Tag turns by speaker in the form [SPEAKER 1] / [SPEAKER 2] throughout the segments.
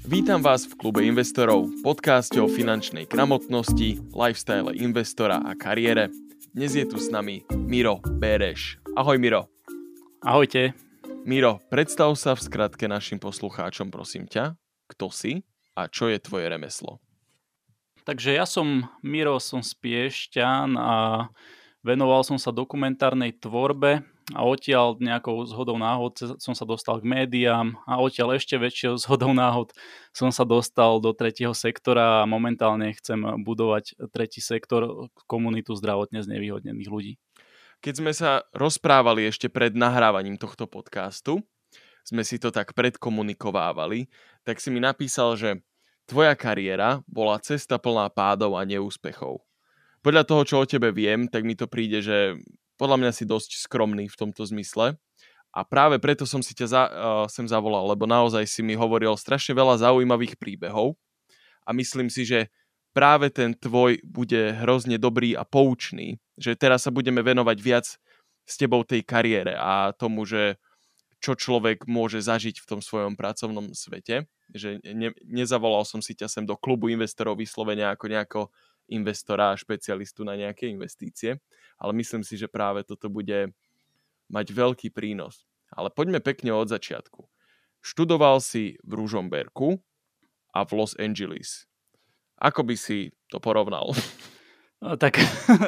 [SPEAKER 1] Vítam vás v klube investorov, podcaste o finančnej gramotnosti, lifestyle investora a kariére. Dnes je tu s nami Miro Béreš. Ahoj Miro.
[SPEAKER 2] Ahojte.
[SPEAKER 1] Miro, predstav sa v skratke našim poslucháčom, prosím ťa. Kto si a čo je tvoje remeslo?
[SPEAKER 2] Takže ja som Miro, som z Piešťan a venoval som sa dokumentárnej tvorbe a odtiaľ nejakou zhodou náhod som sa dostal k médiám a odtiaľ ešte väčšou zhodou náhod som sa dostal do tretieho sektora a momentálne chcem budovať tretí sektor, komunitu zdravotne znevýhodnených ľudí.
[SPEAKER 1] Keď sme sa rozprávali ešte pred nahrávaním tohto podcastu, sme si to tak predkomunikovávali, tak si mi napísal, že tvoja kariéra bola cesta plná pádov a neúspechov. Podľa toho, čo o tebe viem, tak mi to príde, že podľa mňa si dosť skromný v tomto zmysle. A práve preto som si ťa sem zavolal, lebo naozaj si mi hovoril strašne veľa zaujímavých príbehov a myslím si, že práve ten tvoj bude hrozne dobrý a poučný, že teraz sa budeme venovať viac s tebou tej kariére a tomu, že čo človek môže zažiť v tom svojom pracovnom svete. Že nezavolal som si ťa sem do klubu investorov vyslovene ako nejako investora a špecialistu na nejaké investície, ale myslím si, že práve toto bude mať veľký prínos. Ale poďme pekne od začiatku. Študoval si v Ružomberku a v Los Angeles. Ako by si to porovnal?
[SPEAKER 2] Tak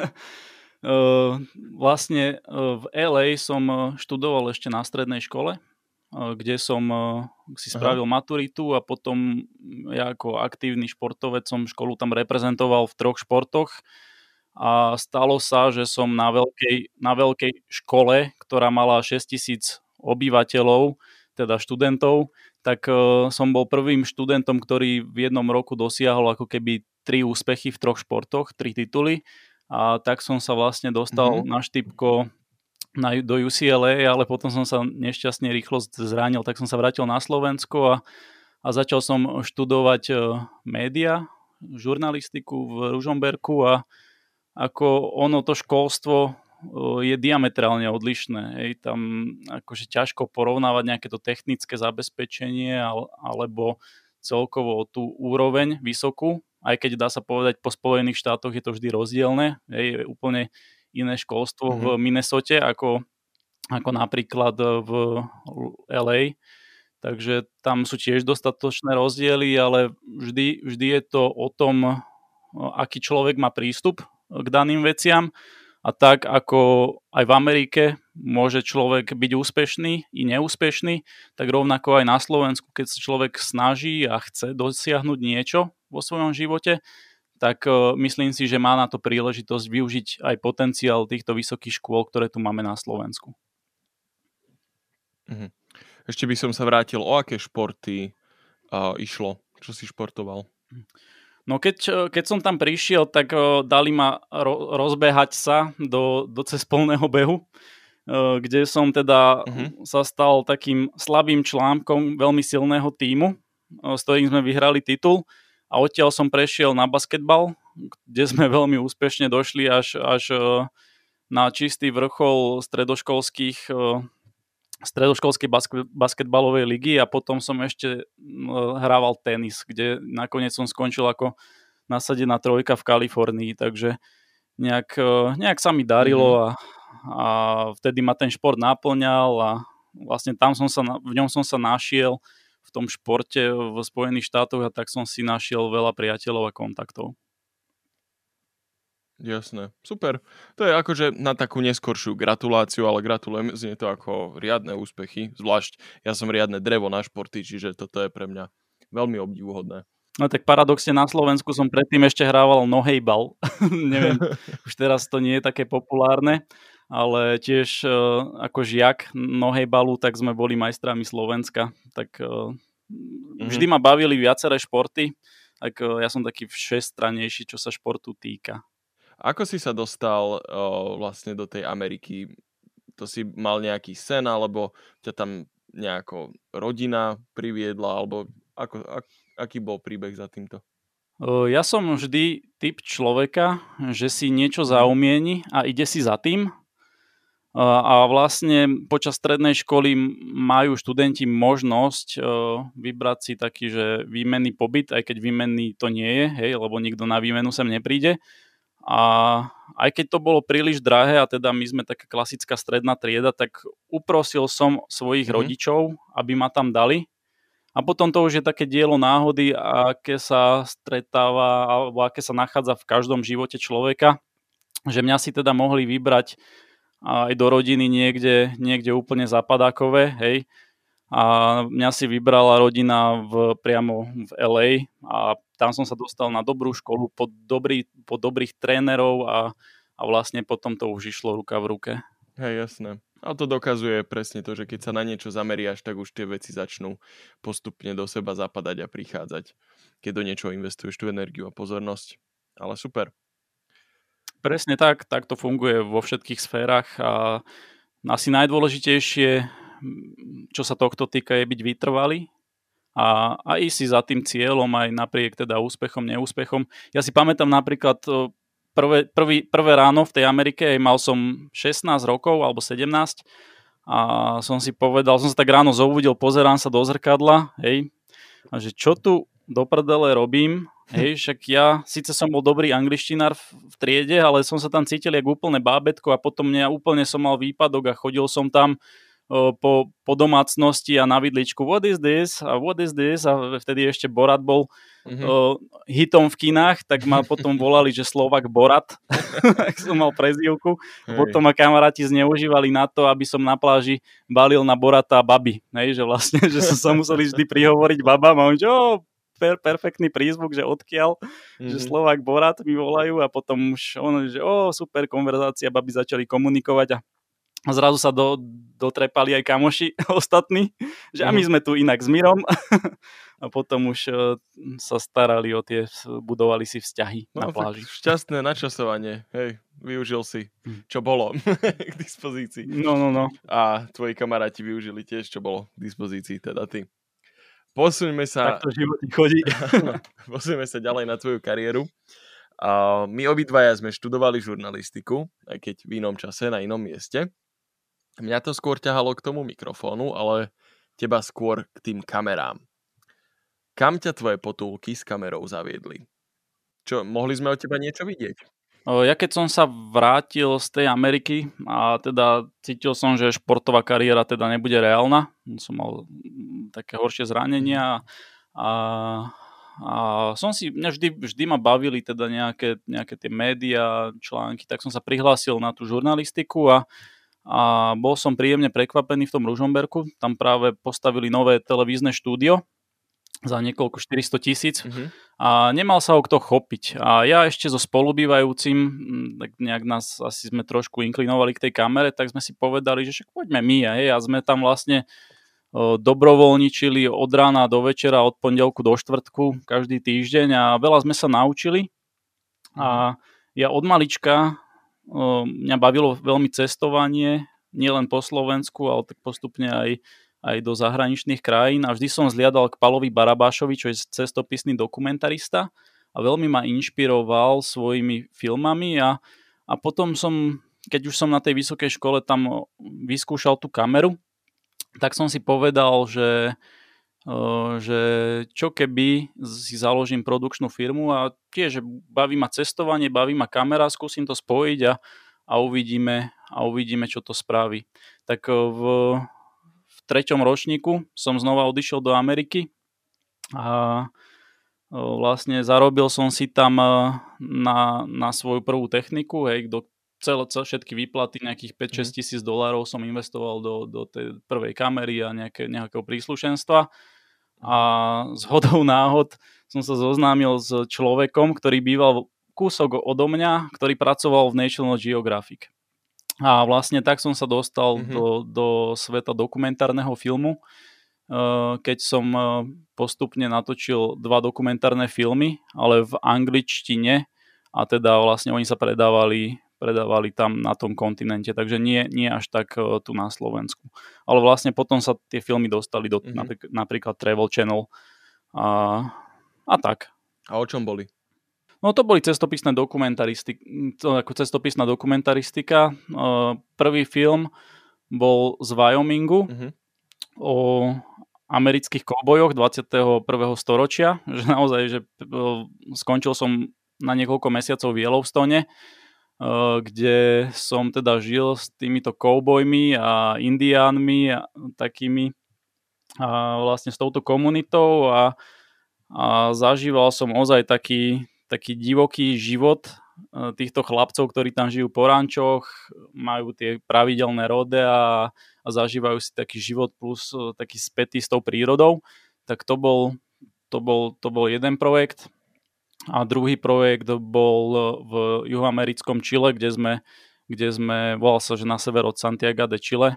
[SPEAKER 2] vlastne v LA som študoval ešte na strednej škole, kde som si spravil maturitu a potom ja ako aktívny športovec som školu tam reprezentoval v 3 športoch a stalo sa, že som na veľkej škole, ktorá mala 6,000 obyvateľov, teda študentov, tak som bol prvým študentom, ktorý v jednom roku dosiahol ako keby 3 úspechy v 3 športoch, 3 tituly a tak som sa vlastne dostal na štipko do UCLA, ale potom som sa nešťastne rýchlo zranil, tak som sa vrátil na Slovensko a začal som študovať média, žurnalistiku v Ružomberku a ako ono to školstvo je diametrálne odlišné. Hej. Tam akože ťažko porovnávať nejaké to technické zabezpečenie alebo celkovo tú úroveň vysokú, aj keď dá sa povedať po Spojených štátoch je to vždy rozdielne. Hej, je úplne iné školstvo v Minnesote ako napríklad v LA. Takže tam sú tiež dostatočné rozdiely, ale vždy je to o tom, aký človek má prístup k daným veciam. A tak ako aj v Amerike môže človek byť úspešný i neúspešný, tak rovnako aj na Slovensku, keď sa človek snaží a chce dosiahnuť niečo vo svojom živote, tak myslím si, že má na to príležitosť využiť aj potenciál týchto vysokých škôl, ktoré tu máme na Slovensku.
[SPEAKER 1] Ešte by som sa vrátil, o aké športy išlo? Čo si športoval?
[SPEAKER 2] No keď som tam prišiel, tak dali ma rozbehať sa do cez-polného behu, kde som teda sa stal takým slabým článkom veľmi silného tímu, s ktorým sme vyhrali titul. A odtiaľ som prešiel na basketbal, kde sme veľmi úspešne došli až na čistý vrchol stredoškolskej basketbalovej ligy a potom som ešte hrával tenis, kde nakoniec som skončil ako nasadená trojka v Kalifornii, takže nejak sa mi darilo a vtedy ma ten šport naplňal a vlastne v ňom som sa našiel v tom športe v Spojených štátoch a tak som si našiel veľa priateľov a kontaktov.
[SPEAKER 1] Jasné, super. To je akože na takú neskoršiu gratuláciu, ale gratulujem, znie to ako riadne úspechy, zvlášť ja som riadne drevo na športy, čiže toto je pre mňa veľmi obdivuhodné.
[SPEAKER 2] No tak paradoxne na Slovensku som predtým ešte hrával nohejbal. Neviem, už teraz to nie je také populárne, ale tiež ako žiak nohejbalu, tak sme boli majstrami Slovenska. Tak vždy ma bavili viaceré športy, tak ja som taký všestranejší, čo sa športu týka.
[SPEAKER 1] Ako si sa dostal vlastne do tej Ameriky? To si mal nejaký sen, alebo ťa tam nejako rodina priviedla, alebo aký bol príbeh za týmto?
[SPEAKER 2] Ja som vždy typ človeka, že si niečo zaumieni a ide si za tým. A vlastne počas strednej školy majú študenti možnosť vybrať si taký, že výmenný pobyt, aj keď výmenný to nie je, hej, lebo nikto na výmenu sem nepríde. A aj keď to bolo príliš drahé, a teda my sme taká klasická stredná trieda, tak uprosil som svojich rodičov, aby ma tam dali. A potom to už je také dielo náhody, aké sa stretáva, alebo aké sa nachádza v každom živote človeka, že mňa si teda mohli vybrať aj do rodiny niekde úplne zapadákové, hej. A mňa si vybrala rodina priamo v LA a tam som sa dostal na dobrú školu pod dobrých trénerov a vlastne potom to už išlo ruka v ruke.
[SPEAKER 1] Hej, jasné. A to dokazuje presne to, že keď sa na niečo zameriaš, tak už tie veci začnú postupne do seba zapadať a prichádzať, keď do niečoho investuješ tú energiu a pozornosť. Ale super.
[SPEAKER 2] Presne tak to funguje vo všetkých sférach a asi najdôležitejšie, čo sa tohto týka, je byť vytrvalý a ísť si za tým cieľom aj napriek teda úspechom, neúspechom. Ja si pamätám napríklad prvé ráno v tej Amerike, mal som 16 rokov alebo 17 a som si povedal, som sa tak ráno zobudil, pozerám sa do zrkadla, hej, a že čo tu do prdele robím. Hej, však ja síce som bol dobrý angličtinár v triede, ale som sa tam cítil jak úplne bábätko a potom úplne som mal výpadok a chodil som tam po domácnosti a na vidličku what is this a vtedy ešte Borat bol hitom v kinách, tak ma potom volali, že Slovak Borat, tak som mal prezývku. Potom ma kamaráti zneužívali na to, aby som na pláži balil na Borata baby, hej, že vlastne, že som sa museli vždy prihovoriť babám a on, že perfektný prízvuk, že odkiaľ, že Slovák Borat mi volajú a potom už ono, že super konverzácia, babi začali komunikovať a zrazu sa dotrepali aj kamoši ostatní, že a my sme tu inak s Mirom a potom už sa starali o tie, budovali si vzťahy na pláži.
[SPEAKER 1] Šťastné načasovanie, hej, využil si, čo bolo k dispozícii.
[SPEAKER 2] No.
[SPEAKER 1] A tvoji kamaráti využili tiež, čo bolo k dispozícii, teda ty. Posuňme sa...
[SPEAKER 2] Tak to život chodí.
[SPEAKER 1] Posuňme sa ďalej na tvoju kariéru. My obidvaja sme študovali žurnalistiku, aj keď v inom čase, na inom mieste. Mňa to skôr ťahalo k tomu mikrofónu, ale teba skôr k tým kamerám. Kam ťa tvoje potulky s kamerou zaviedli? Čo, mohli sme od teba niečo vidieť?
[SPEAKER 2] Ja keď som sa vrátil z tej Ameriky a teda cítil som, že športová kariéra teda nebude reálna, som mal také horšie zranenia a mňa vždy ma bavili teda nejaké tie médiá, články, tak som sa prihlásil na tú žurnalistiku a bol som príjemne prekvapený v tom Ružomberku. Tam práve postavili nové televízne štúdio za niekoľko 400 000 a nemal sa ho kto chopiť. A ja ešte so spolubývajúcim, tak nejak nás asi sme trošku inklinovali k tej kamere, tak sme si povedali, že však poďme my, a sme tam vlastne dobrovoľničili od rána do večera, od pondelku do štvrtku, každý týždeň a veľa sme sa naučili. A ja od malička mňa bavilo veľmi cestovanie, nielen po Slovensku, ale tak postupne aj do zahraničných krajín a vždy som zliadal k Palovi Barabášovi, čo je cestopisný dokumentarista a veľmi ma inšpiroval svojimi filmami a potom keď už som na tej vysokej škole tam vyskúšal tú kameru, tak som si povedal, že čo keby si založím produkčnú firmu a tiež baví ma cestovanie, baví ma kamera, skúsim to spojiť a uvidíme, čo to spraví. Tak v 3. ročníku som znova odišiel do Ameriky a vlastne zarobil som si tam na svoju prvú techniku, hej, všetky výplaty, nejakých 5-6 tisíc dolárov som investoval do tej prvej kamery a nejakého príslušenstva a zhodou náhod som sa zoznámil s človekom, ktorý býval kúsok odo mňa, ktorý pracoval v National Geographic. A vlastne tak som sa dostal do sveta dokumentárneho filmu, keď som postupne natočil 2 dokumentárne filmy, ale v angličtine a teda vlastne oni sa predávali tam na tom kontinente, takže nie až tak tu na Slovensku. Ale vlastne potom sa tie filmy dostali do napríklad Travel Channel a tak.
[SPEAKER 1] A o čom boli?
[SPEAKER 2] No to boli cestopisná dokumentaristika. Prvý film bol z Wyomingu o amerických kovbojoch 21. storočia. Že naozaj, že skončil som na niekoľko mesiacov v Yellowstone, kde som teda žil s týmito kovbojmi a indiánmi a takými a vlastne s touto komunitou a zažíval som ozaj taký divoký život týchto chlapcov, ktorí tam žijú po rančoch, majú tie pravidelné rodea a zažívajú si taký život plus taký spätý s tou prírodou. Tak to bol jeden projekt. A druhý projekt bol v juhoamerickom Čile, kde sme volal sa, že na sever od Santiaga de Chile.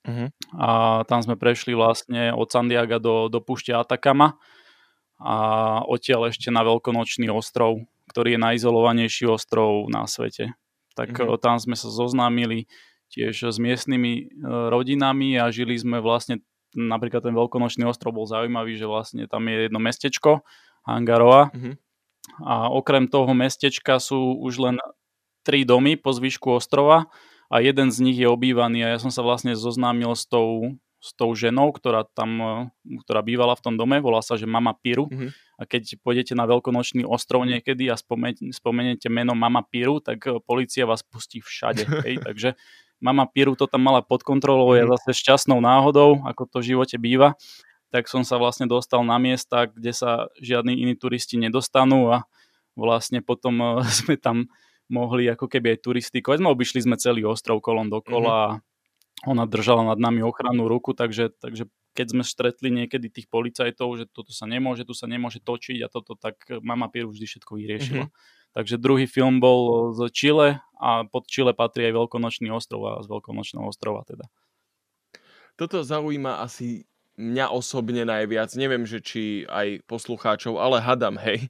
[SPEAKER 2] A tam sme prešli vlastne od Santiaga do púšte Atacama a odtiaľ ešte na Veľkonočný ostrov, ktorý je najizolovanejší ostrov na svete. Tak tam sme sa zoznámili tiež s miestnymi rodinami a žili sme vlastne, napríklad ten Veľkonočný ostrov bol zaujímavý, že vlastne tam je jedno mestečko, Hangaroa. A okrem toho mestečka sú už len 3 domy po zvyšku ostrova a jeden z nich je obývaný a ja som sa vlastne zoznámil s tou ženou, ktorá bývala v tom dome, volá sa, že Mama Piru. A keď pôjdete na Veľkonočný ostrov niekedy a spomeniete meno Mama Piru, tak polícia vás pustí všade. Hej? Takže Mama Piru to tam mala pod kontrolou, je zase šťastnou náhodou, ako to v živote býva. Tak som sa vlastne dostal na miesta, kde sa žiadni iní turisti nedostanú a vlastne potom sme tam mohli ako keby aj turistikovať. Obišli sme celý ostrov kolom dokola a ona držala nad nami ochrannú ruku, takže keď sme stretli niekedy tých policajtov, že toto sa nemôže, tu sa nemôže točiť a toto, tak Mama Piru vždy všetko vyriešila. Takže druhý film bol z Chile a pod Chile patrí aj Veľkonočný ostrov a z Veľkonočného ostrova teda.
[SPEAKER 1] Toto zaujíma asi mňa osobne najviac, neviem, že či aj poslucháčov, ale hadam, hej,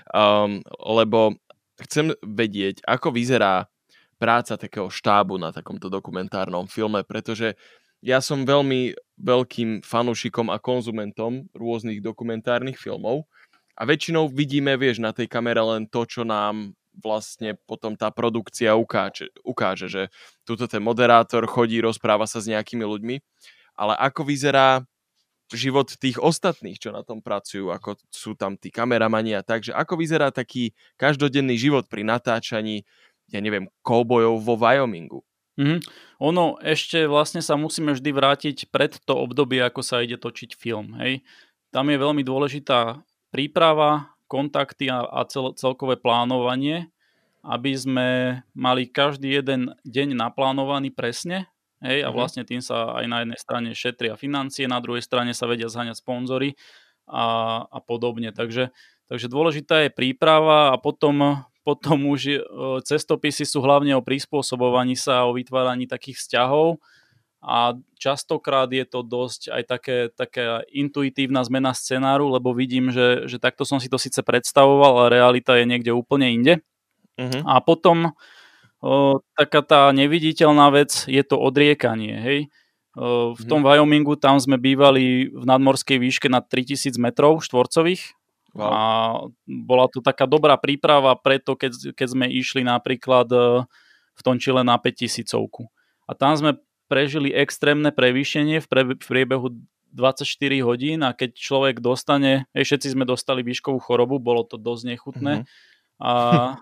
[SPEAKER 1] lebo chcem vedieť, ako vyzerá práca takého štábu na takomto dokumentárnom filme, pretože ja som veľmi veľkým fanúšikom a konzumentom rôznych dokumentárnych filmov a väčšinou vidíme, vieš, na tej kamere len to, čo nám vlastne potom tá produkcia ukáže, že tuto ten moderátor chodí, rozpráva sa s nejakými ľuďmi, ale ako vyzerá život tých ostatných, čo na tom pracujú, ako sú tam tí kameramani a tak, že ako vyzerá taký každodenný život pri natáčaní, ja neviem, koubojov vo Wyomingu.
[SPEAKER 2] Ono ešte vlastne sa musíme vždy vrátiť pred to obdobie, ako sa ide točiť film. Hej. Tam je veľmi dôležitá príprava, kontakty a celkové plánovanie, aby sme mali každý jeden deň naplánovaný presne. Hej, a vlastne tým sa aj na jednej strane šetria financie, na druhej strane sa vedia zháňať sponzory a podobne. Takže dôležitá je príprava a potom už cestopisy sú hlavne o prispôsobovaní sa, o vytváraní takých vzťahov a častokrát je to dosť aj taká intuitívna zmena scenáru, lebo vidím, že takto som si to síce predstavoval, a realita je niekde úplne inde. A potom taká tá neviditeľná vec je to odriekanie. Hej? V tom Wyomingu tam sme bývali v nadmorskej výške na 3000 metrov štvorcových. Wow. A bola to taká dobrá príprava preto, keď sme išli napríklad v tom Čile na 5000. A tam sme prežili extrémne prevýšenie v priebehu 24 hodín a keď človek dostane, všetci sme dostali výškovú chorobu, bolo to dosť nechutné. A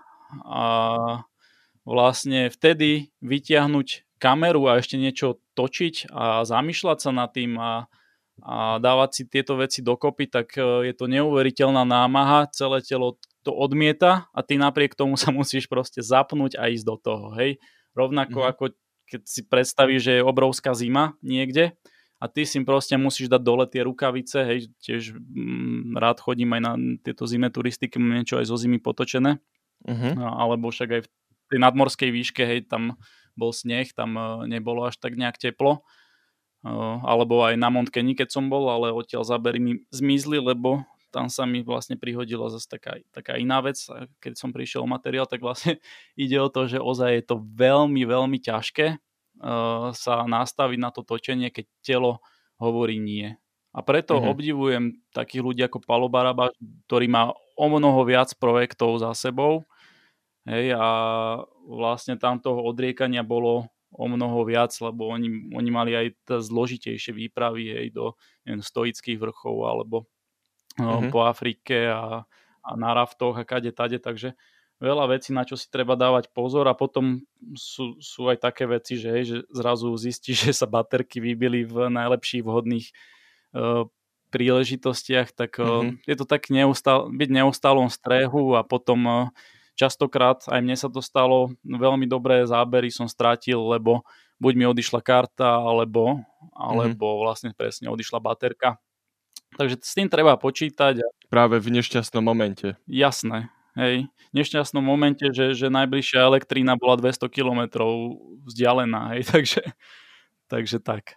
[SPEAKER 2] vlastne vtedy vytiahnuť kameru a ešte niečo točiť a zamýšľať sa nad tým a dávať si tieto veci dokopy, tak je to neuveriteľná námaha, celé telo to odmieta a ty napriek tomu sa musíš proste zapnúť a ísť do toho, hej. Rovnako ako keď si predstavíš, že je obrovská zima niekde a ty si proste musíš dať dole tie rukavice, hej, tiež rád chodím aj na tieto zimné turistiky, mám niečo aj zo zimy potočené, alebo však aj v tej nadmorskej výške, hej, tam bol sneh, tam nebolo až tak nejak teplo, alebo aj na Mont Keni, keď som bol, ale odtiaľ zábery mi zmizli, lebo tam sa mi vlastne prihodila zase taká iná vec, keď som prišiel o materiál, tak vlastne ide o to, že ozaj je to veľmi, veľmi ťažké sa nastaviť na to točenie, keď telo hovorí nie. A preto obdivujem takých ľudí ako Palo Barabáš, ktorý má o mnoho viac projektov za sebou. Hej, a vlastne tam toho odriekania bolo o mnoho viac, lebo oni mali aj zložitejšie výpravy, hej, do stoických vrchov alebo po Afrike a na raftoch a kade tade, takže veľa vecí, na čo si treba dávať pozor, a potom sú aj také veci, že zrazu zistíš, že sa baterky vybili v najlepších vhodných príležitostiach, tak je to tak byť neustálom strehu, a potom častokrát aj mne sa to stalo, veľmi dobré zábery som strátil, lebo buď mi odišla karta, alebo vlastne presne odišla baterka. Takže s tým treba počítať.
[SPEAKER 1] Práve v nešťastnom momente.
[SPEAKER 2] Jasné, hej. V nešťastnom momente, že najbližšia elektrína bola 200 km vzdialená, hej, takže tak.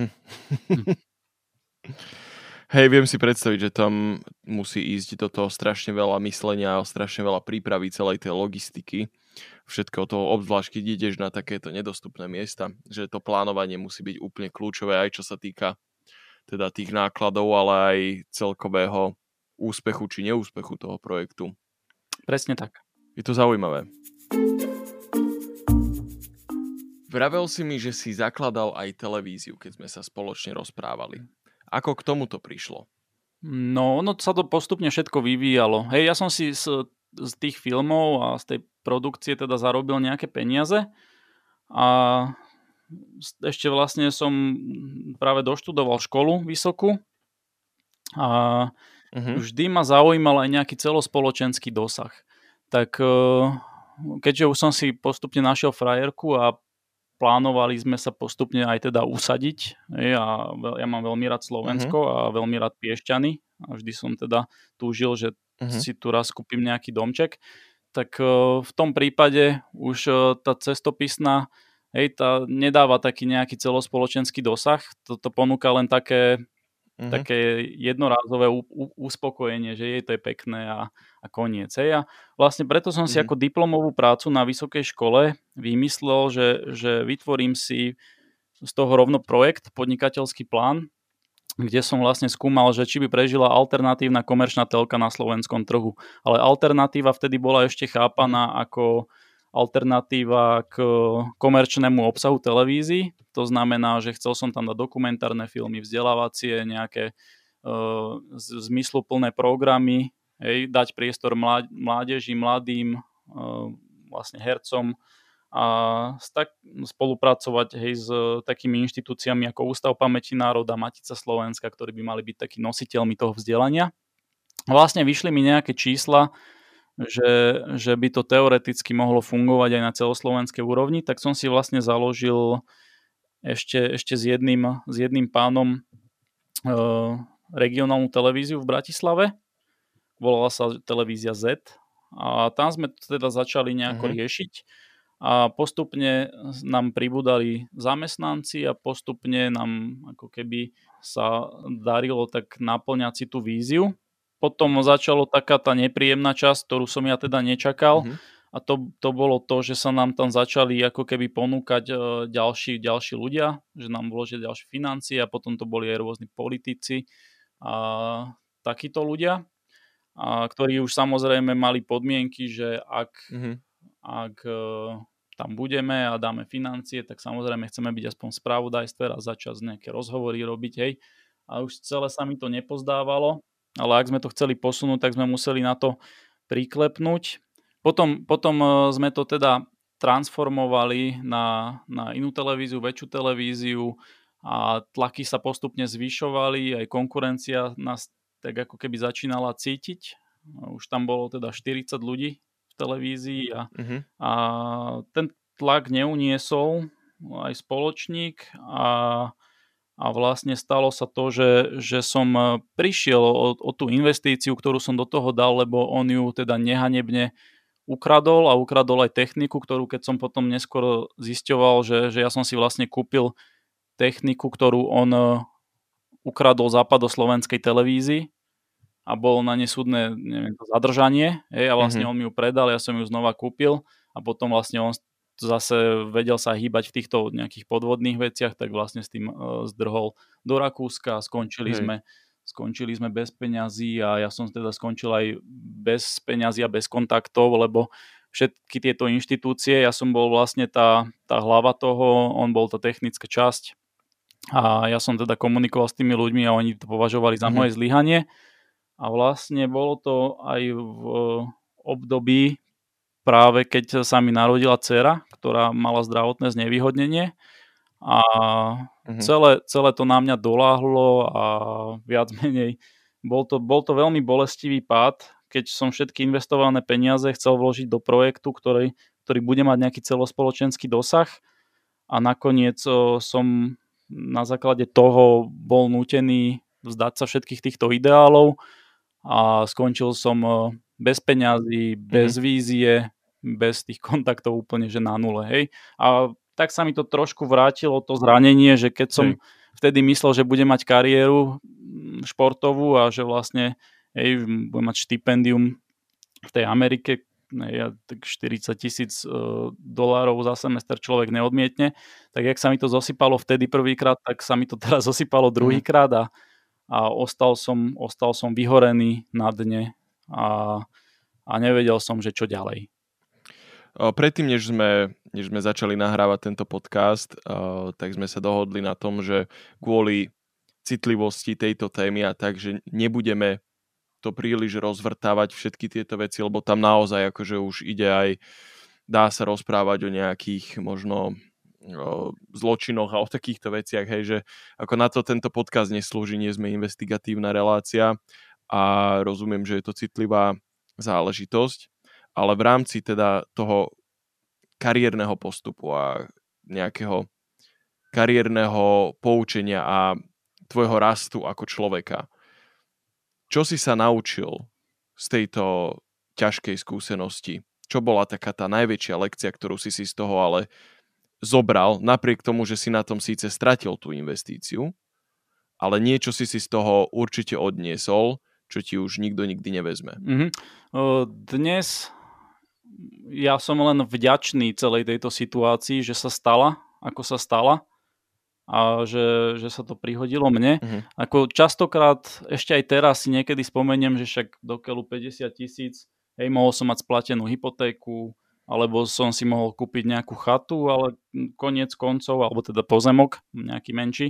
[SPEAKER 1] Hej, viem si predstaviť, že tam musí ísť do toho strašne veľa myslenia, strašne veľa prípravy celej tej logistiky, všetko toho, obzvlášť keď ideš na takéto nedostupné miesta, že to plánovanie musí byť úplne kľúčové, aj čo sa týka teda tých nákladov, ale aj celkového úspechu či neúspechu toho projektu.
[SPEAKER 2] Presne tak.
[SPEAKER 1] Je to zaujímavé. Vravel si mi, že si zakladal aj televíziu, keď sme sa spoločne rozprávali. Ako k tomuto prišlo?
[SPEAKER 2] No, ono sa to postupne všetko vyvíjalo. Hej, ja som si z tých filmov a z tej produkcie teda zarobil nejaké peniaze a ešte vlastne som práve doštudoval školu vysokú a vždy ma zaujímal aj nejaký celospoločenský dosah. Tak keďže už som si postupne našiel frajerku a plánovali sme sa postupne aj teda usadiť. Ja mám veľmi rád Slovensko a veľmi rád Piešťany a vždy som teda túžil, že si tu raz kúpim nejaký domček. Tak v tom prípade už tá cestopisná tá nedáva taký nejaký celospoločenský dosah. Toto ponúka len také jednorázové uspokojenie, že jej to je pekné a koniec. A vlastne preto som si ako diplomovú prácu na vysokej škole vymyslel, že vytvorím si z toho rovno projekt, podnikateľský plán, kde som vlastne skúmal, že či by prežila alternatívna komerčná telka na slovenskom trhu. Ale alternatíva vtedy bola ešte chápaná ako alternatíva k komerčnému obsahu televízií. To znamená, že chcel som tam dať dokumentárne filmy, vzdelávacie, nejaké zmysluplné programy, dať priestor mládeži, mladým, vlastne hercom a spolupracovať s takými inštitúciami ako Ústav pamäti národa, Matica Slovenska, ktorí by mali byť takí nositeľmi toho vzdelania. Vlastne vyšli mi nejaké čísla, že by to teoreticky mohlo fungovať aj na celoslovenskej úrovni, tak som si vlastne založil ešte s jedným pánom regionálnu televíziu v Bratislave. Volala sa televízia Z a tam sme to teda začali nejako riešiť a postupne nám pribudali zamestnanci a postupne nám ako keby sa darilo tak naplňať si tú víziu. Potom začalo taká tá nepríjemná časť, ktorú som ja teda nečakal a to bolo to, že sa nám tam začali ako keby ponúkať ďalší ľudia, že nám vložia ďalšie financie a potom to boli aj rôzni politici a takíto ľudia, ktorí už samozrejme mali podmienky, že ak tam budeme a dáme financie, tak samozrejme chceme byť aspoň v spravodajstve a začať nejaké rozhovory robiť, hej. A už celé sa mi to nepozdávalo. Ale ak sme to chceli posunúť, tak sme museli na to priklepnúť. Potom sme to teda transformovali na inú televíziu, väčšiu televíziu a tlaky sa postupne zvyšovali, aj konkurencia nás tak ako keby začínala cítiť. Už tam bolo teda 40 ľudí v televízii a ten tlak neuniesol aj spoločník a vlastne stalo sa to, že som prišiel o tú investíciu, ktorú som do toho dal, lebo on ju teda nehanebne ukradol aj techniku, ktorú keď som potom neskôr zisťoval, že ja som si vlastne kúpil techniku, ktorú on ukradol západoslovenskej televízii a bol na ne súdne, neviem, zadržanie, a vlastne on mi ju predal, ja som ju znova kúpil a potom vlastne on zase vedel sa hýbať v týchto nejakých podvodných veciach, tak vlastne s tým zdrhol do Rakúska, skončili sme bez peňazí a ja som teda skončil aj bez peňazí a bez kontaktov, lebo všetky tieto inštitúcie, ja som bol vlastne tá hlava toho, on bol tá technická časť a ja som teda komunikoval s tými ľuďmi a oni to považovali za moje zlyhanie a vlastne bolo to aj v období práve keď sa mi narodila dcera, ktorá mala zdravotné znevýhodnenie a celé to na mňa doľahlo a viac menej bol to veľmi bolestivý pád, keď som všetky investované peniaze chcel vložiť do projektu, ktorý bude mať nejaký celospoločenský dosah a nakoniec som na základe toho bol nútený vzdať sa všetkých týchto ideálov a skončil som bez peňazí, bez vízie, bez tých kontaktov úplne, že na nule, hej. A tak sa mi to trošku vrátilo, to zranenie, že keď som vtedy myslel, že budem mať kariéru športovú a že vlastne budem mať štipendium v tej Amerike, tak $40,000 za semester človek neodmietne, tak jak sa mi to zosypalo vtedy prvýkrát, tak sa mi to teraz zosypalo druhýkrát a ostal som vyhorený na dne a nevedel som, že čo ďalej.
[SPEAKER 1] Predtým, než sme začali nahrávať tento podcast, tak sme sa dohodli na tom, že kvôli citlivosti tejto témy a tak, že nebudeme to príliš rozvrtávať všetky tieto veci, lebo tam naozaj akože už ide aj, dá sa rozprávať o nejakých možno zločinoch a o takýchto veciach, hej, že ako na to tento podcast neslúži, nie sme investigatívna relácia a rozumiem, že je to citlivá záležitosť, ale v rámci teda toho kariérneho postupu a nejakého kariérneho poučenia a tvojho rastu ako človeka, čo si sa naučil z tejto ťažkej skúsenosti? Čo bola taká tá najväčšia lekcia, ktorú si z toho ale zobral, napriek tomu, že si na tom síce stratil tú investíciu, ale niečo si z toho určite odniesol, čo ti už nikto nikdy nevezme.
[SPEAKER 2] Dnes ja som len vďačný celej tejto situácii, že sa stala, ako sa stala a že sa to prihodilo mne. Ako častokrát, ešte aj teraz si niekedy spomeniem, že však do keľu 50,000, mohol som mať splatenú hypotéku, alebo som si mohol kúpiť nejakú chatu, ale koniec koncov, alebo teda pozemok, nejaký menší.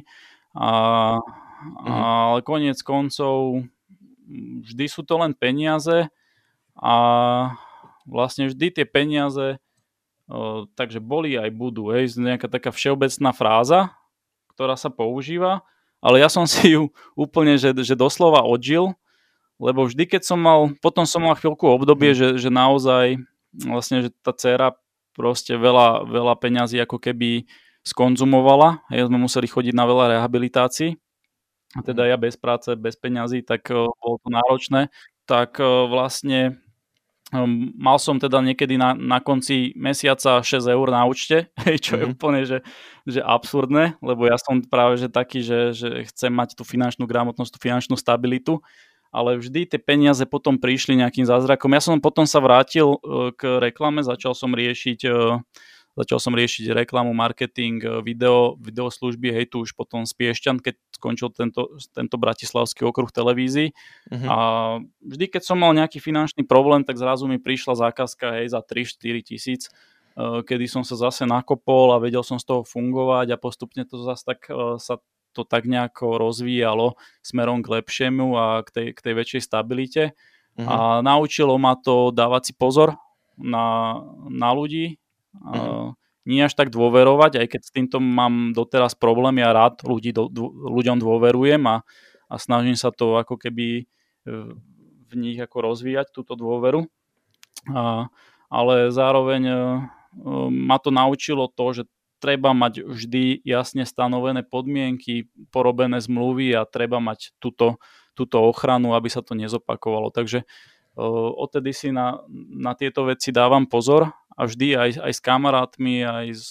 [SPEAKER 2] Ale koniec koncov vždy sú to len peniaze a vlastne vždy tie peniaze takže boli aj budú. Nejaká taká všeobecná fráza, ktorá sa používa, ale ja som si ju úplne, že doslova odžil, lebo vždy, keď som mal, potom som mal chvíľku obdobie, že naozaj vlastne, že tá dcéra proste veľa peňazí ako keby skonzumovala. Sme museli chodiť na veľa rehabilitácií. A teda ja bez práce, bez peňazí, tak bolo to náročné. Tak vlastne mal som teda niekedy na konci mesiaca 6 eur na účte, čo je úplne že absurdné, lebo ja som práve že taký, že chcem mať tú finančnú gramotnosť, tú finančnú stabilitu, ale vždy tie peniaze potom prišli nejakým zázrakom. Ja som potom sa vrátil k reklame, začal som riešiť reklamu, marketing, video služby, tu už potom z Piešťan, keď skončil tento bratislavský okruh televízií. A vždy, keď som mal nejaký finančný problém, tak zrazu mi prišla zákazka za 3-4 tisíc, kedy som sa zase nakopol a vedel som z toho fungovať a postupne to zase tak sa to tak nejako rozvíjalo smerom k lepšiemu a k tej väčšej stabilite. A naučilo ma to dávať si pozor na ľudí, nie až tak dôverovať, aj keď s týmto mám doteraz problém, ja rád ľuďom dôverujem a snažím sa to ako keby v nich ako rozvíjať túto dôveru. Ale zároveň ma to naučilo to, že treba mať vždy jasne stanovené podmienky, porobené zmluvy a treba mať túto ochranu, aby sa to nezopakovalo. Takže odtedy si na tieto veci dávam pozor a vždy aj s kamarátmi,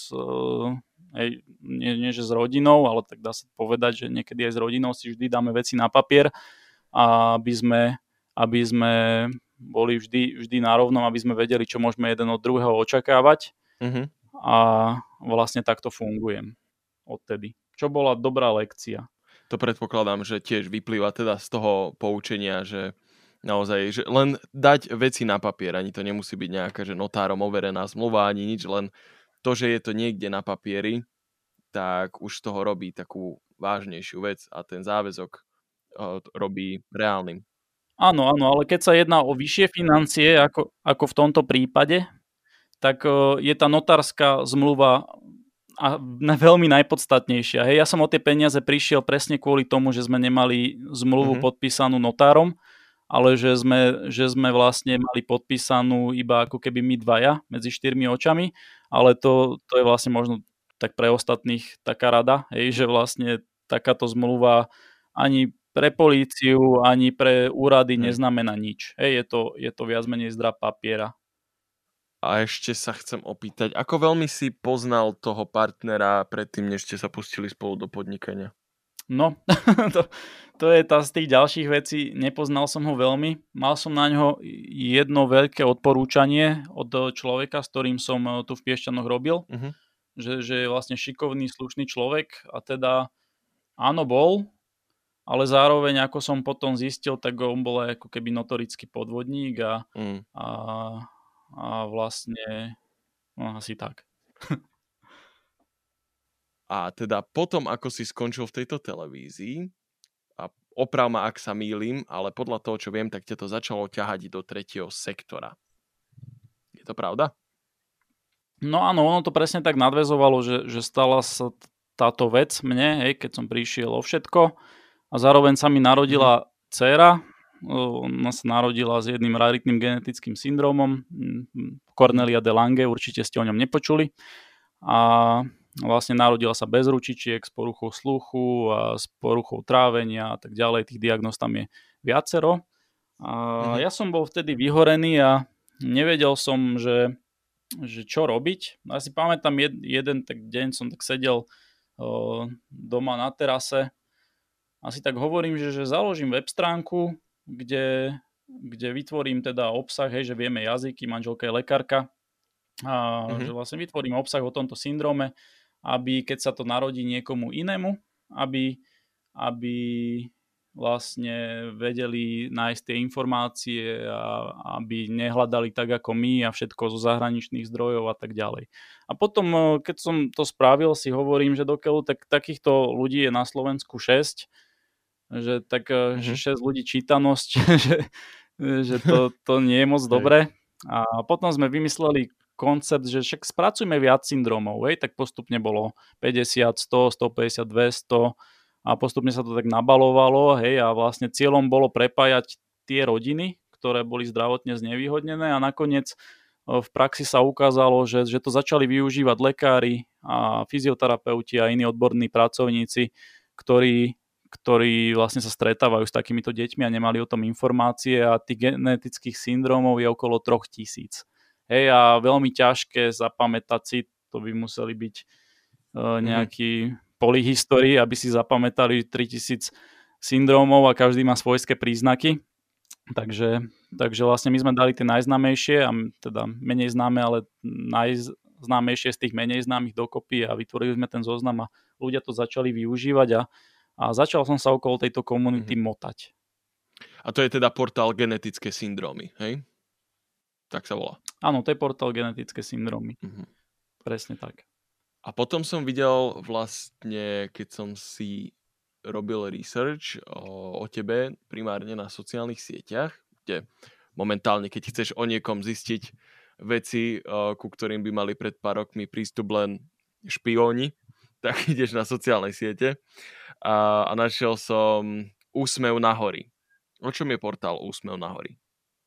[SPEAKER 2] nie že s rodinou, ale tak dá sa povedať, že niekedy aj s rodinou si vždy dáme veci na papier, aby sme boli vždy na rovnom, aby sme vedeli, čo môžeme jeden od druhého očakávať. a vlastne takto fungujem odtedy. Čo bola dobrá lekcia.
[SPEAKER 1] To predpokladám, že tiež vyplýva teda z toho poučenia, že naozaj, že len dať veci na papier, ani to nemusí byť nejaká, že notárom overená zmluva, ani nič, len to, že je to niekde na papieri, tak už z toho robí takú vážnejšiu vec a ten záväzok robí reálnym.
[SPEAKER 2] Áno, ale keď sa jedná o vyššie financie, ako v tomto prípade, tak je tá notárska zmluva veľmi najpodstatnejšia. Hej, ja som o tie peniaze prišiel presne kvôli tomu, že sme nemali zmluvu podpísanú notárom, ale že sme vlastne mali podpísanú iba ako keby my dvaja medzi štyrmi očami, ale to je vlastne možno tak pre ostatných taká rada, hej, že vlastne takáto zmluva ani pre políciu, ani pre úrady neznamená nič. Hej, je to viac menej zdra papiera.
[SPEAKER 1] A ešte sa chcem opýtať, ako veľmi si poznal toho partnera predtým, než ste sa pustili spolu do podnikania?
[SPEAKER 2] No, to je tá z tých ďalších vecí. Nepoznal som ho veľmi. Mal som na ňo jedno veľké odporúčanie od človeka, s ktorým som tu v Piešťanoch robil. Že je vlastne šikovný, slušný človek. A teda áno, bol, ale zároveň, ako som potom zistil, tak on bol ako keby notorický podvodník a vlastne no, asi tak.
[SPEAKER 1] A teda potom, ako si skončil v tejto televízii, a oprav ma, ak sa mýlim, ale podľa toho, čo viem, tak ťa to začalo ťahať do tretieho sektora. Je to pravda?
[SPEAKER 2] No áno, ono to presne tak nadväzovalo, že stala sa táto vec mne, hej, keď som prišiel o všetko a zároveň sa mi narodila dcéra. Ona sa narodila s jedným raritným genetickým syndromom Cornelia de Lange, určite ste o ňom nepočuli. A vlastne narodila sa bez ručičiek, s poruchou sluchu a s poruchou trávenia a tak ďalej. Tých diagnóz tam je viacero. A ja som bol vtedy vyhorený a nevedel som, že čo robiť. Ja si pamätám, jeden tak deň som tak sedel doma na terase a si tak hovorím, že založím web stránku, kde vytvorím teda obsah, hej, že vieme jazyky, manželka je lekárka, a že vlastne vytvorím obsah o tomto syndróme, aby keď sa to narodí niekomu inému, aby vlastne vedeli nájsť tie informácie a aby nehľadali tak ako my a všetko zo zahraničných zdrojov a tak ďalej. A potom, keď som to spravil, si hovorím, že dokeľu takýchto ľudí je na Slovensku 6, že 6 ľudí čítanosť, že to nie je moc dobré. A potom sme vymysleli koncept, že však spracujme viac syndrómov, tak postupne bolo 50, 100, 150, 200 a postupne sa to tak nabalovalo, hej, a vlastne cieľom bolo prepájať tie rodiny, ktoré boli zdravotne znevýhodnené a nakoniec v praxi sa ukázalo, že to začali využívať lekári a fyzioterapeuti a iní odborní pracovníci, ktorí vlastne sa stretávajú s takýmito deťmi a nemali o tom informácie a tých genetických syndrómov je okolo 3000. Hej, a veľmi ťažké zapamätať si, to by museli byť nejakí polyhistórii, aby si zapamätali 3000 syndrómov a každý má svojské príznaky. Takže vlastne my sme dali tie najznámejšie a teda menej známe, ale najznámejšie z tých menej známych dokopy a vytvorili sme ten zoznam a ľudia to začali využívať a začal som sa okolo tejto komunity motať.
[SPEAKER 1] A to je teda portál Genetické syndrómy, hej? Tak sa volá.
[SPEAKER 2] Áno, to je portál Genetické syndrómy. Presne tak.
[SPEAKER 1] A potom som videl vlastne, keď som si robil research o tebe primárne na sociálnych sieťach, kde momentálne, keď chceš o niekom zistiť veci, ku ktorým by mali pred pár rokmi prístup len špióni, tak ideš na sociálne siete a našiel som Úsmev na hory. O čom je portál Úsmev na hory?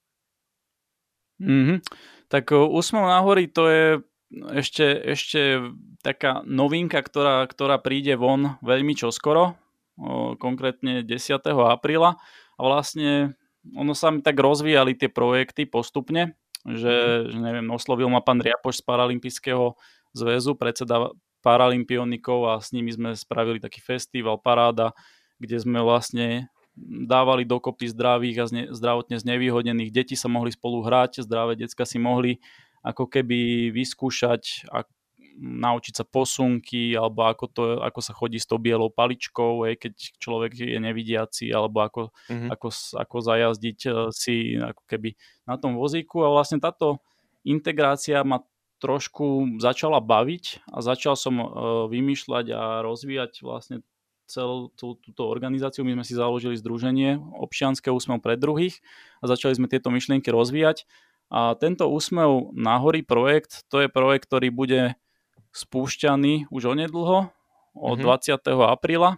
[SPEAKER 2] Tak Úsmev na hory to je ešte taká novinka, ktorá príde von veľmi čoskoro, konkrétne 10. apríla a vlastne ono sa mi tak rozvíjali tie projekty postupne, že neviem, oslovil ma pán Riapoš z Paralympijského zväzu, predseda paralympionikov a s nimi sme spravili taký festival, paráda, kde sme vlastne dávali dokopy zdravých a zdravotne znevýhodnených. Deti sa mohli spolu hrať, zdravé decka si mohli ako keby vyskúšať, naučiť sa posunky, alebo ako sa chodí s tou bielou paličkou, keď človek je nevidiaci, alebo ako zajazdiť si ako keby na tom vozíku. A vlastne táto integrácia ma trošku začala baviť a začal som vymýšľať a rozvíjať vlastne celú túto organizáciu. My sme si založili združenie občianske Úsmev pre druhých a začali sme tieto myšlienky rozvíjať. A tento Úsmev na hory projekt, to je projekt, ktorý bude spúšťaný už onedlho, od 20. apríla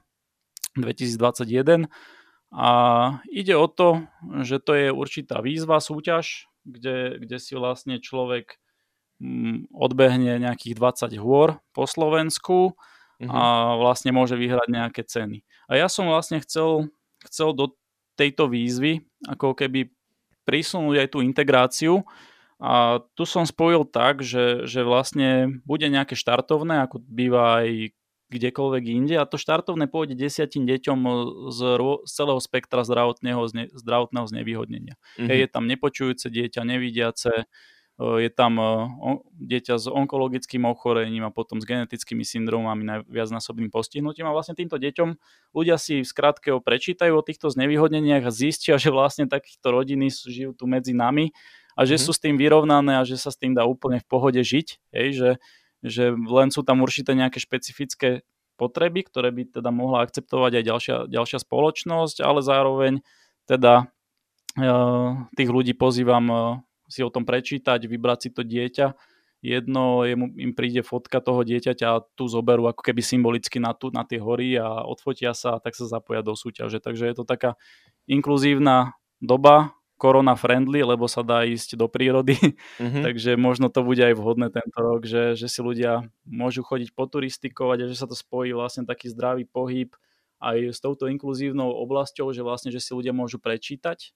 [SPEAKER 2] 2021. A ide o to, že to je určitá výzva, súťaž, kde si vlastne človek odbehne nejakých 20 hôr po Slovensku a vlastne môže vyhrať nejaké ceny. A ja som vlastne chcel do tejto výzvy ako keby prisunúť aj tú integráciu a tu som spojil tak, že vlastne bude nejaké štartovné, ako býva aj kdekoľvek inde a to štartovné pôjde 10 deťom z celého spektra zdravotného znevýhodnenia. Je tam nepočujúce dieťa, nevidiace, je tam dieťa s onkologickým ochorením a potom s genetickými syndrómami, viacnásobným postihnutím a vlastne týmto deťom ľudia si v skratke prečítajú o týchto znevýhodneniach a zistia, že vlastne takýchto rodiny žijú tu medzi nami a že sú s tým vyrovnané a že sa s tým dá úplne v pohode žiť, že len sú tam určité nejaké špecifické potreby, ktoré by teda mohla akceptovať aj ďalšia spoločnosť, ale zároveň teda tých ľudí pozývam si o tom prečítať, vybrať si to dieťa. Jedno, im príde fotka toho dieťaťa a tu zoberú ako keby symbolicky na tie hory a odfotia sa a tak sa zapoja do súťaže. Takže je to taká inkluzívna doba, korona friendly, lebo sa dá ísť do prírody. Takže možno to bude aj vhodné tento rok, že si ľudia môžu chodiť poturistikovať a že sa to spojí vlastne taký zdravý pohyb aj s touto inkluzívnou oblasťou, že vlastne, že si ľudia môžu prečítať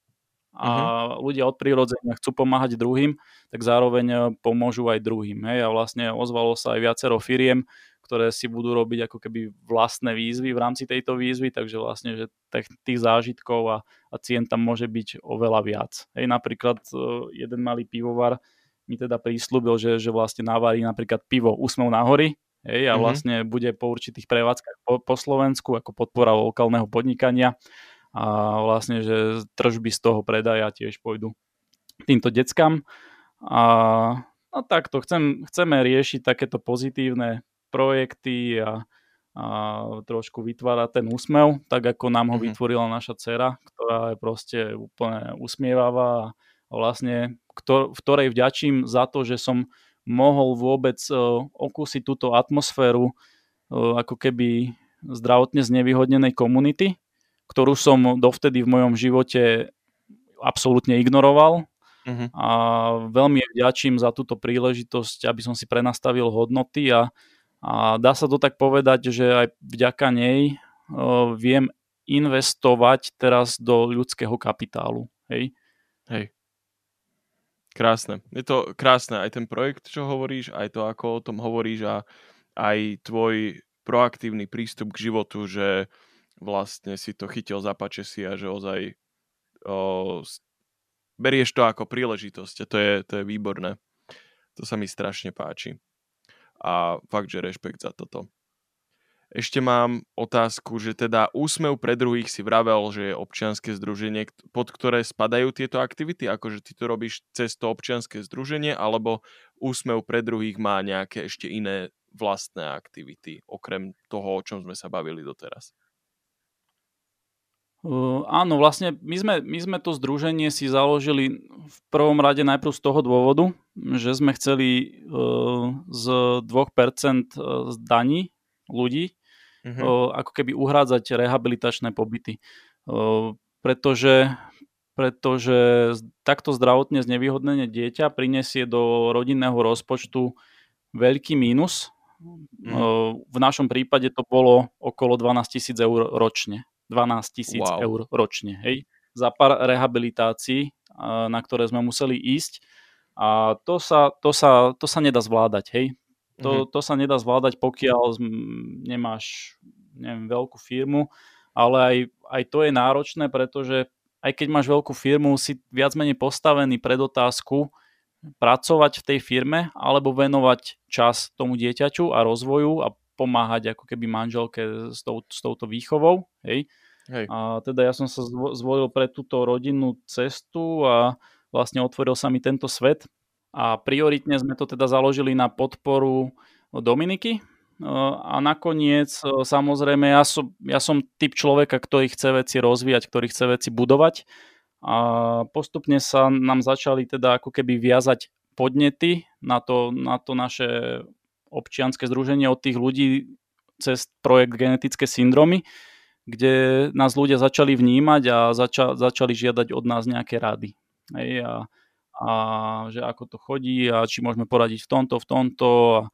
[SPEAKER 2] a ľudia od prirodzenia chcú pomáhať druhým, tak zároveň pomôžu aj druhým. A vlastne ozvalo sa aj viacero firiem, ktoré si budú robiť ako keby vlastné výzvy v rámci tejto výzvy, takže vlastne, že tých zážitkov a cien tam môže byť oveľa viac. Napríklad jeden malý pivovar mi teda prísľubil, že vlastne navarí napríklad pivo Úsmev na hory, a vlastne bude po určitých prevádzkach po Slovensku ako podpora lokálneho podnikania a vlastne, že tržby z toho predaja tiež pôjdu týmto deckám. A no takto chceme riešiť takéto pozitívne projekty a trošku vytvárať ten úsmev, tak ako nám ho vytvorila naša dcera, ktorá je proste úplne usmievavá a vlastne v ktorej vďačím za to, že som mohol vôbec okúsiť túto atmosféru ako keby zdravotne znevýhodnenej komunity, ktorú som dovtedy v mojom živote absolútne ignoroval. A veľmi vďačím za túto príležitosť, aby som si prenastavil hodnoty a dá sa to tak povedať, že aj vďaka nej viem investovať teraz do ľudského kapitálu. Hej.
[SPEAKER 1] Krásne. Je to krásne aj ten projekt, čo hovoríš, aj to, ako o tom hovoríš a aj tvoj proaktívny prístup k životu, že vlastne si to chytil za pačesy a že ozaj berieš to ako príležitosť a to je výborné. To sa mi strašne páči. A fakt, že rešpekt za toto. Ešte mám otázku, že teda Úsmev pre druhých si vravel, že je občianske združenie, pod ktoré spadajú tieto aktivity, akože ty to robíš cez to občianske združenie, alebo Úsmev pre druhých má nejaké ešte iné vlastné aktivity, okrem toho, o čom sme sa bavili doteraz?
[SPEAKER 2] Áno, vlastne my sme to združenie si založili v prvom rade najprv z toho dôvodu, že sme chceli z 2% z daní ľudí ako keby uhrádzať rehabilitačné pobyty. Pretože takto zdravotne znevýhodnené dieťa prinesie do rodinného rozpočtu veľký mínus. V našom prípade to bolo okolo 12 000 eur ročne. 12 000 eur ročne. Hej? Za pár rehabilitácií, na ktoré sme museli ísť. A to sa nedá zvládať. Hej? To sa nedá zvládať, pokiaľ nemáš veľkú firmu, ale aj to je náročné, pretože aj keď máš veľkú firmu, si viac menej postavený pred otázku, pracovať v tej firme alebo venovať čas tomu dieťaťu a rozvoju a pomáhať ako keby manželke s touto výchovou. Hej.
[SPEAKER 1] Hej.
[SPEAKER 2] A teda ja som sa zvolil pre túto rodinnú cestu a vlastne otvoril sa mi tento svet. A prioritne sme to teda založili na podporu Dominiky. A nakoniec, samozrejme, ja som typ človeka, ktorý chce veci rozvíjať, ktorý chce veci budovať. A postupne sa nám začali teda ako keby viazať podnety na to naše občianske združenie od tých ľudí cez projekt Genetické syndromy, kde nás ľudia začali vnímať a začali žiadať od nás nejaké rady. Hej, a že ako to chodí a či môžeme poradiť v tomto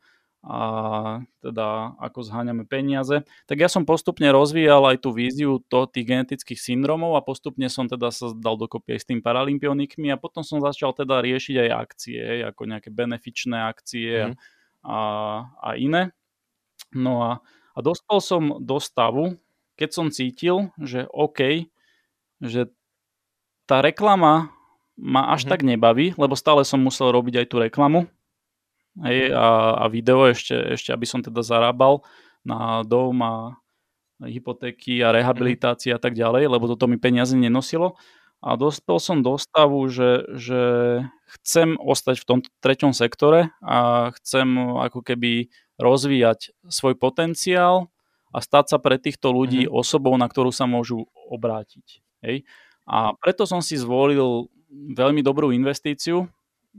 [SPEAKER 2] a teda ako zháňame peniaze. Tak ja som postupne rozvíjal aj tú víziu tých genetických syndromov a postupne som teda sa dal dokopy aj s tým paralympionikmi a potom som začal teda riešiť aj akcie, ako nejaké benefičné akcie a iné. No a dostal som do stavu, keď som cítil, že OK, že tá reklama ma až tak nebaví, lebo stále som musel robiť aj tú reklamu. Hej, a video ešte, aby som teda zarábal na dom a hypotéky a rehabilitácie a tak ďalej, lebo toto mi peniaze nenosilo. A dospel som do stavu, že chcem ostať v tom treťom sektore a chcem ako keby rozvíjať svoj potenciál a stať sa pre týchto ľudí osobou, na ktorú sa môžu obrátiť. Hej. A preto som si zvolil veľmi dobrú investíciu,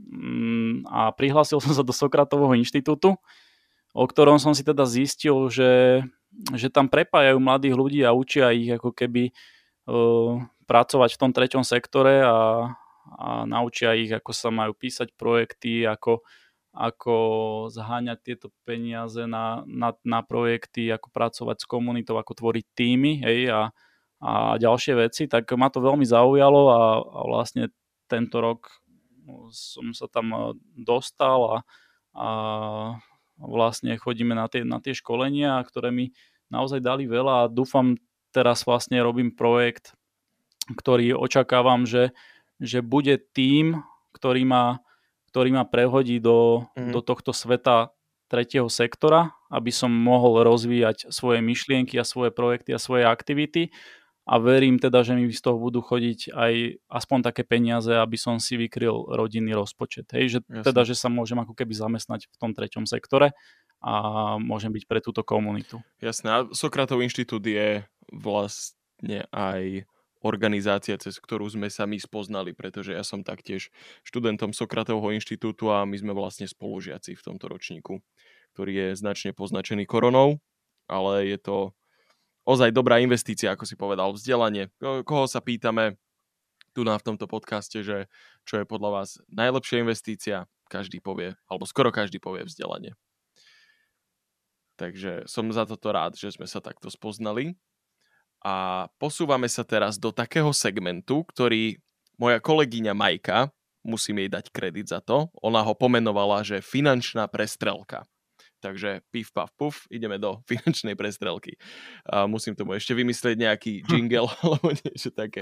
[SPEAKER 2] a prihlásil som sa do Sokratovho inštitútu, o ktorom som si teda zistil, že tam prepájajú mladých ľudí a učia ich ako keby pracovať v tom treťom sektore a naučia ich, ako sa majú písať projekty, ako zháňať tieto peniaze na projekty, ako pracovať s komunitou, ako tvoriť týmy, hej, a ďalšie veci. Tak ma to veľmi zaujalo a vlastne tento rok som sa tam dostal a vlastne chodíme na tie školenia, ktoré mi naozaj dali veľa a dúfam, teraz vlastne robím projekt, ktorý očakávam, že bude tým, ktorý ma prehodí do tohto sveta tretieho sektora, aby som mohol rozvíjať svoje myšlienky a svoje projekty a svoje aktivity. A verím teda, že mi z toho budú chodiť aj aspoň také peniaze, aby som si vykryl rodinný rozpočet. Hej, že sa môžem ako keby zamestnať v tom treťom sektore a môžem byť pre túto komunitu.
[SPEAKER 1] Jasné. A Sokratov inštitút je vlastne aj organizácia, cez ktorú sme sa my spoznali, pretože ja som taktiež študentom Sokratovho inštitútu a my sme vlastne spolužiaci v tomto ročníku, ktorý je značne poznačený koronou, ale je to ozaj dobrá investícia, ako si povedal, vzdelanie. Koho sa pýtame tu v tomto podcaste, že čo je podľa vás najlepšia investícia, každý povie, alebo skoro každý povie vzdelanie. Takže som za toto rád, že sme sa takto spoznali. A posúvame sa teraz do takého segmentu, ktorý moja kolegyňa Majka, musím jej dať kredit za to, ona ho pomenovala, že finančná prestrelka. Takže pif, paf, puf, ideme do finančnej prestrelky. A musím tomu ešte vymyslieť nejaký jingle alebo niečo také.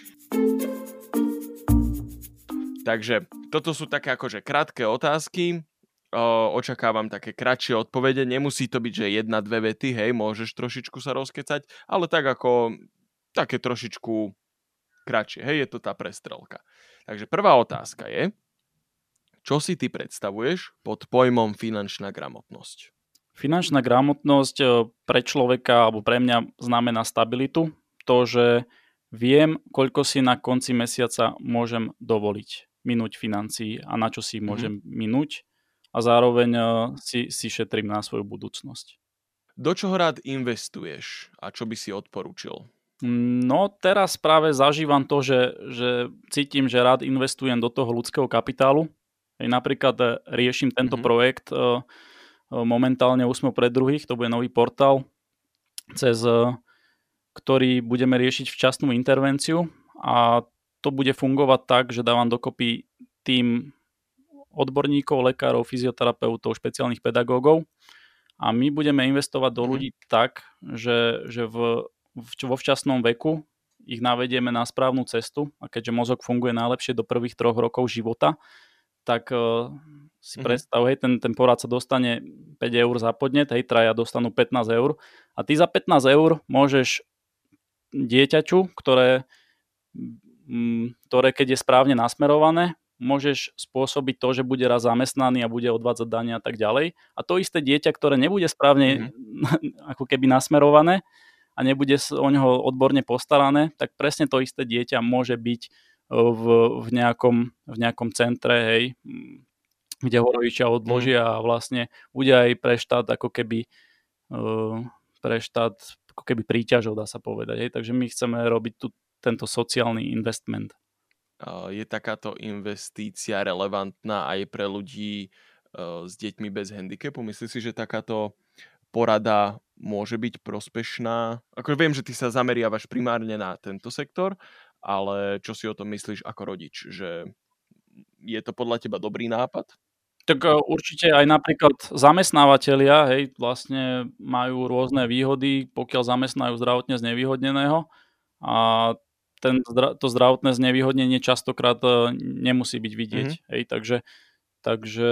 [SPEAKER 1] Takže toto sú také akože krátke otázky. Očakávam také kratšie odpovede. Nemusí to byť, že 1-2 vety, hej, môžeš trošičku sa rozkecať, ale tak ako také trošičku kratšie. Hej, je to tá prestrelka. Takže prvá otázka je, čo si ty predstavuješ pod pojmom finančná gramotnosť?
[SPEAKER 2] Finančná gramotnosť pre človeka alebo pre mňa znamená stabilitu. To, že viem, koľko si na konci mesiaca môžem dovoliť minúť financií a na čo si môžem minúť a zároveň si šetrím na svoju budúcnosť.
[SPEAKER 1] Do čoho rád investuješ a čo by si odporúčil?
[SPEAKER 2] No teraz práve zažívam to, že cítim, že rád investujem do toho ľudského kapitálu. Napríklad riešim tento projekt, momentálne Úsmev pre druhých, to bude nový portál, cez ktorý budeme riešiť včasnú intervenciu a to bude fungovať tak, že dávam dokopy tým odborníkov, lekárov, fyzioterapeutov, špeciálnych pedagógov a my budeme investovať do ľudí tak, že vo včasnom veku ich navedieme na správnu cestu a keďže mozog funguje najlepšie do prvých 3 rokov života, tak si predstav, hej, ten poradca dostane 5 eur za podnet, hej, traja dostanú 15 eur a ty za 15 eur môžeš dieťaťu, ktoré keď je správne nasmerované, môžeš spôsobiť to, že bude raz zamestnaný a bude odvádzať dane a tak ďalej. A to isté dieťa, ktoré nebude správne ako keby nasmerované a nebude o neho odborne postarané, tak presne to isté dieťa môže byť v nejakom centre, hej, kde ho rodičia odložia a vlastne bude aj pre štát ako keby príťažou, dá sa povedať. Hej. Takže my chceme robiť tento sociálny investment.
[SPEAKER 1] Je takáto investícia relevantná aj pre ľudí s deťmi bez handicapu? Myslíš si, že takáto porada môže byť prospešná? Ako viem, že ty sa zameriavaš primárne na tento sektor, ale čo si o tom myslíš ako rodič? Že je to podľa teba dobrý nápad?
[SPEAKER 2] Tak určite aj napríklad zamestnávateľia, hej, vlastne majú rôzne výhody, pokiaľ zamestnajú zdravotne znevýhodneného a to zdravotné znevýhodnenie častokrát nemusí byť vidieť. Hej, takže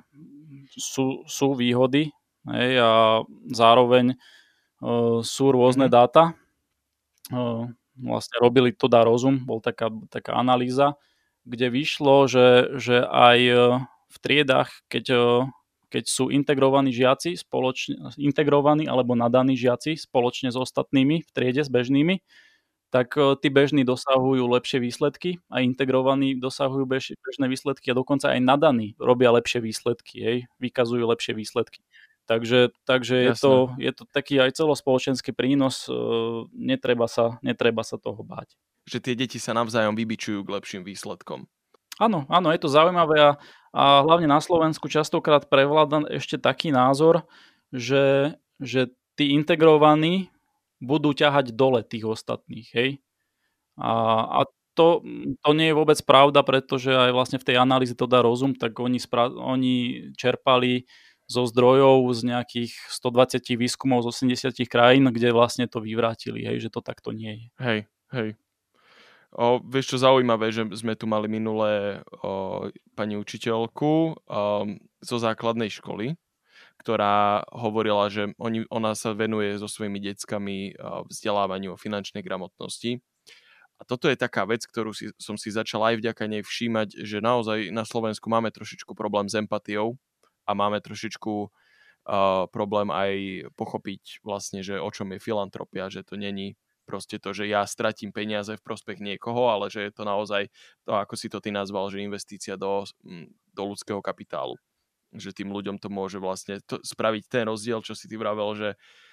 [SPEAKER 2] sú výhody, hej, a zároveň sú rôzne dáta. Vlastne robili to Dá rozum, bol taká analýza, kde vyšlo, že aj v triedách, keď sú integrovaní žiaci integrovaní alebo nadaní žiaci spoločne s ostatnými v triede, s bežnými, tak tí bežní dosahujú lepšie výsledky a integrovaní dosahujú bežné výsledky a dokonca aj nadaní robia lepšie výsledky, hej, vykazujú lepšie výsledky. Takže je to taký aj celospoločenský prínos, netreba sa toho báť.
[SPEAKER 1] Že tie deti sa navzájom vybičujú k lepším výsledkom.
[SPEAKER 2] Áno, je to zaujímavé a hlavne na Slovensku častokrát prevláda ešte taký názor, že tí integrovaní budú ťahať dole tých ostatných, hej. A to nie je vôbec pravda, pretože aj vlastne v tej analýze to Dá rozum, tak oni čerpali zo zdrojov z nejakých 120 výskumov z 80 krajín, kde vlastne to vyvrátili, hej, že to takto nie je.
[SPEAKER 1] Hej. Vieš čo zaujímavé, že sme tu mali minulé pani učiteľku zo základnej školy, ktorá hovorila, že ona sa venuje so svojimi deckami vzdelávaniu o finančnej gramotnosti. A toto je taká vec, ktorú som si začal aj vďaka nej všímať, že naozaj na Slovensku máme trošičku problém s empatiou a máme trošičku problém aj pochopiť vlastne, že o čom je filantropia, že to není proste to, že ja stratím peniaze v prospech niekoho, ale že je to naozaj to, ako si to ty nazval, že investícia do ľudského kapitálu. Že tým ľuďom to môže vlastne spraviť ten rozdiel, čo si ty vravel, že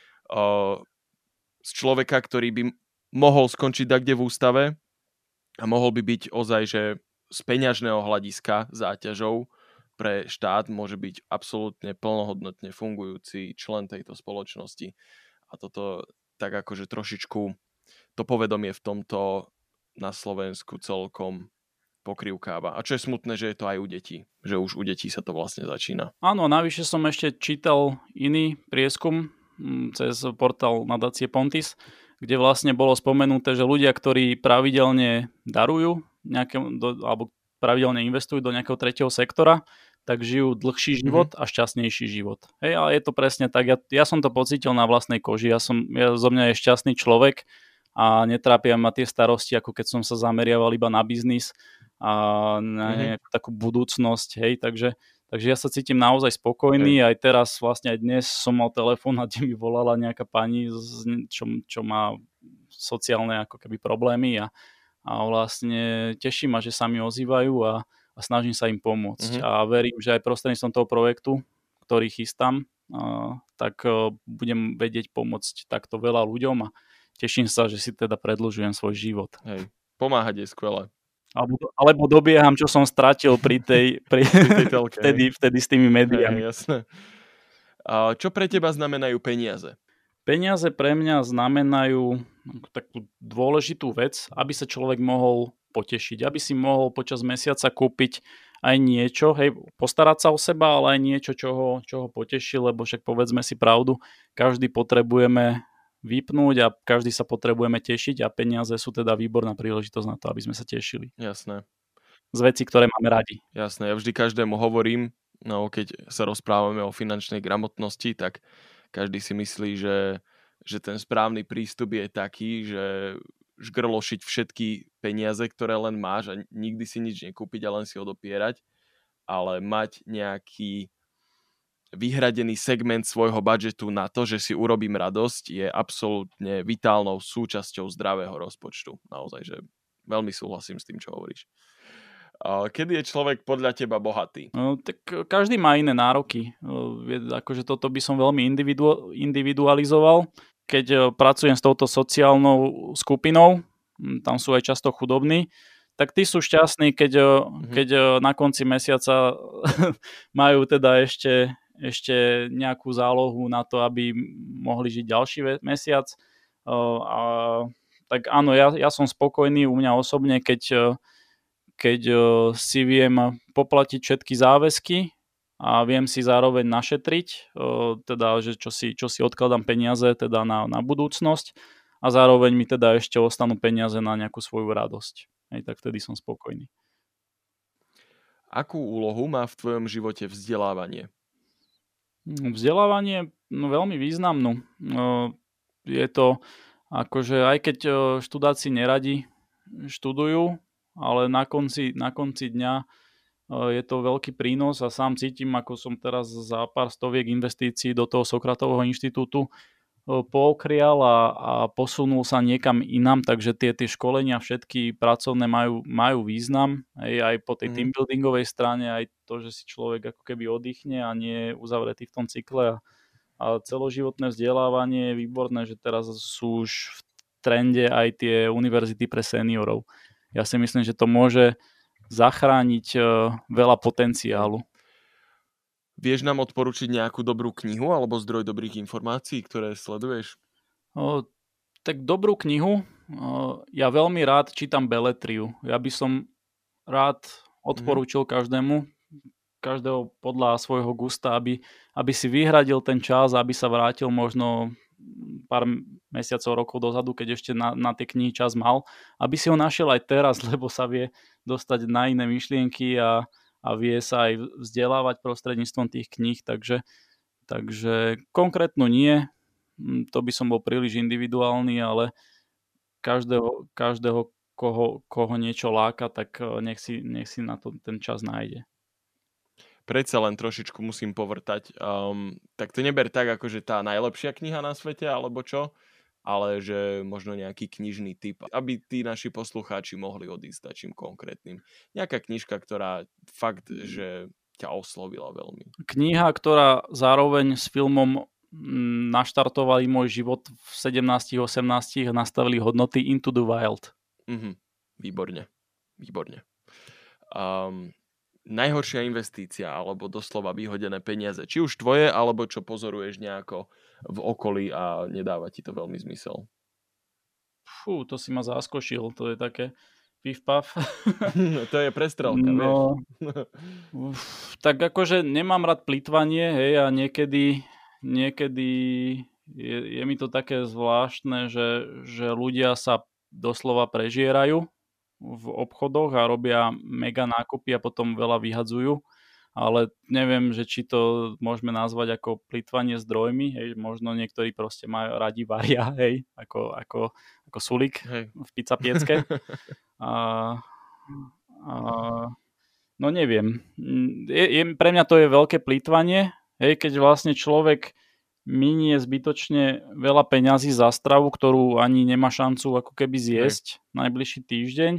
[SPEAKER 1] z človeka, ktorý by mohol skončiť kde v ústave a mohol by byť ozaj, že z peňažného hľadiska záťažou pre štát môže byť absolútne plnohodnotne fungujúci člen tejto spoločnosti. A toto tak akože trošičku to povedomie v tomto na Slovensku celkom pokrývkáva. A čo je smutné, že je to aj u detí. Že už u detí sa to vlastne začína.
[SPEAKER 2] Áno, navyše som ešte čítal iný prieskum cez portál nadácie Pontis, kde vlastne bolo spomenuté, že ľudia, ktorí pravidelne darujú alebo pravidelne investujú do nejakého tretieho sektora, tak žijú dlhší život a šťastnejší život. Hej, ale je to presne tak. Ja som to pocítil na vlastnej koži. Zo mňa je šťastný človek a netrápia ma tie starosti, ako keď som sa zameriaval iba na biznis a na nejakú takú budúcnosť. Hej, takže ja sa cítim naozaj spokojný. Aj teraz, vlastne aj dnes som mal telefón, kde mi volala nejaká pani, čo má sociálne ako keby problémy a vlastne teší ma, že sa mi ozývajú a snažím sa im pomôcť. A verím, že aj prostredníctvom toho projektu, ktorý chystám, tak budem vedieť pomôcť takto veľa ľuďom a teším sa, že si teda predĺžujem svoj život.
[SPEAKER 1] Hej, pomáhať je skvelé.
[SPEAKER 2] Alebo dobieham, čo som stratil pri telke, vtedy s tými médiami.
[SPEAKER 1] Hej, jasné. A čo pre teba znamenajú peniaze?
[SPEAKER 2] Peniaze pre mňa znamenajú takú dôležitú vec, aby sa človek mohol potešiť, aby si mohol počas mesiaca kúpiť aj niečo, hej, postarať sa o seba, ale aj niečo, čo ho poteší, lebo však povedzme si pravdu, každý potrebujeme vypnúť a každý sa potrebujeme tešiť a peniaze sú teda výborná príležitosť na to, aby sme sa tešili.
[SPEAKER 1] Jasné.
[SPEAKER 2] z vecí, ktoré máme radi.
[SPEAKER 1] Jasné, ja vždy každému hovorím, no keď sa rozprávame o finančnej gramotnosti, tak každý si myslí, že ten správny prístup je taký, že žgrlošiť všetky peniaze, ktoré len máš a nikdy si nič nekúpiť a len si odopierať, ale mať nejaký vyhradený segment svojho budžetu na to, že si urobím radosť, je absolútne vitálnou súčasťou zdravého rozpočtu. Naozaj, že veľmi súhlasím s tým, čo hovoríš. Kedy je človek podľa teba bohatý?
[SPEAKER 2] Tak každý má iné nároky. Akože toto by som veľmi individualizoval. Keď pracujem s touto sociálnou skupinou, tam sú aj často chudobní, tak tí sú šťastní, keď na konci mesiaca majú teda ešte nejakú zálohu na to, aby mohli žiť ďalší mesiac. Tak áno, ja som spokojný u mňa osobne, keď si viem poplatiť všetky záväzky a viem si zároveň našetriť, teda, že čo si odkladám peniaze teda na budúcnosť a zároveň mi teda ešte ostanú peniaze na nejakú svoju radosť. Hej, tak vtedy som spokojný.
[SPEAKER 1] Akú úlohu má v tvojom živote vzdelávanie?
[SPEAKER 2] Vzdelávanie veľmi významnú. Je to akože aj keď študáci neradi študujú, ale na konci dňa je to veľký prínos a sám cítim, ako som teraz za pár stoviek investícií do toho Sokratovho inštitútu pookrial a posunul sa niekam inám, takže tie školenia všetky pracovné majú význam, aj po tej teambuildingovej strane, aj to, že si človek ako keby oddychne a nie je uzavretý v tom cykle a celoživotné vzdelávanie je výborné, že teraz sú už v trende aj tie univerzity pre seniorov. Ja si myslím, že to môže zachrániť veľa potenciálu.
[SPEAKER 1] Vieš nám odporučiť nejakú dobrú knihu alebo zdroj dobrých informácií, ktoré sleduješ?
[SPEAKER 2] Tak dobrú knihu. Ja veľmi rád čítam beletriu. Ja by som rád odporúčil každého podľa svojho gusta, aby si vyhradil ten čas, aby sa vrátil možno pár mesiacov, rokov dozadu, keď ešte na tie knihy čas mal, aby si ho našiel aj teraz, lebo sa vie dostať na iné myšlienky a vie sa aj vzdelávať prostredníctvom tých kníh, takže konkrétnu nie, to by som bol príliš individuálny, ale každého koho niečo láka, tak nech si na to ten čas nájde.
[SPEAKER 1] Predsa len trošičku musím povrtať. Tak to neber tak, akože tá najlepšia kniha na svete, alebo čo, ale že možno nejaký knižný typ, aby tí naši poslucháči mohli odísť čím konkrétnym. Nejaká knižka, ktorá fakt, že ťa oslovila veľmi. Kniha,
[SPEAKER 2] ktorá zároveň s filmom naštartovali môj život v 17-18 a nastavili hodnoty Into the Wild.
[SPEAKER 1] Výborne. Najhoršia investícia alebo doslova vyhodené peniaze, či už tvoje, alebo čo pozoruješ nejako v okolí a nedáva ti to veľmi zmysel?
[SPEAKER 2] To si ma zaskočil, to je také pif-paf.
[SPEAKER 1] To je prestrelka, vieš.
[SPEAKER 2] Tak akože nemám rád plytvanie, hej, a niekedy je mi to také zvláštne, že ľudia sa doslova prežierajú v obchodoch a robia mega nákupy a potom veľa vyhadzujú, ale neviem, že či to môžeme nazvať ako plytvanie zdrojmi, hej, možno niektorí proste radi varia, hej, ako Sulík v pizza piecke. No neviem, pre mňa to je veľké plytvanie, hej, keď vlastne človek minie zbytočne veľa peňazí za stravu, ktorú ani nemá šancu ako keby zjesť najbližší týždeň.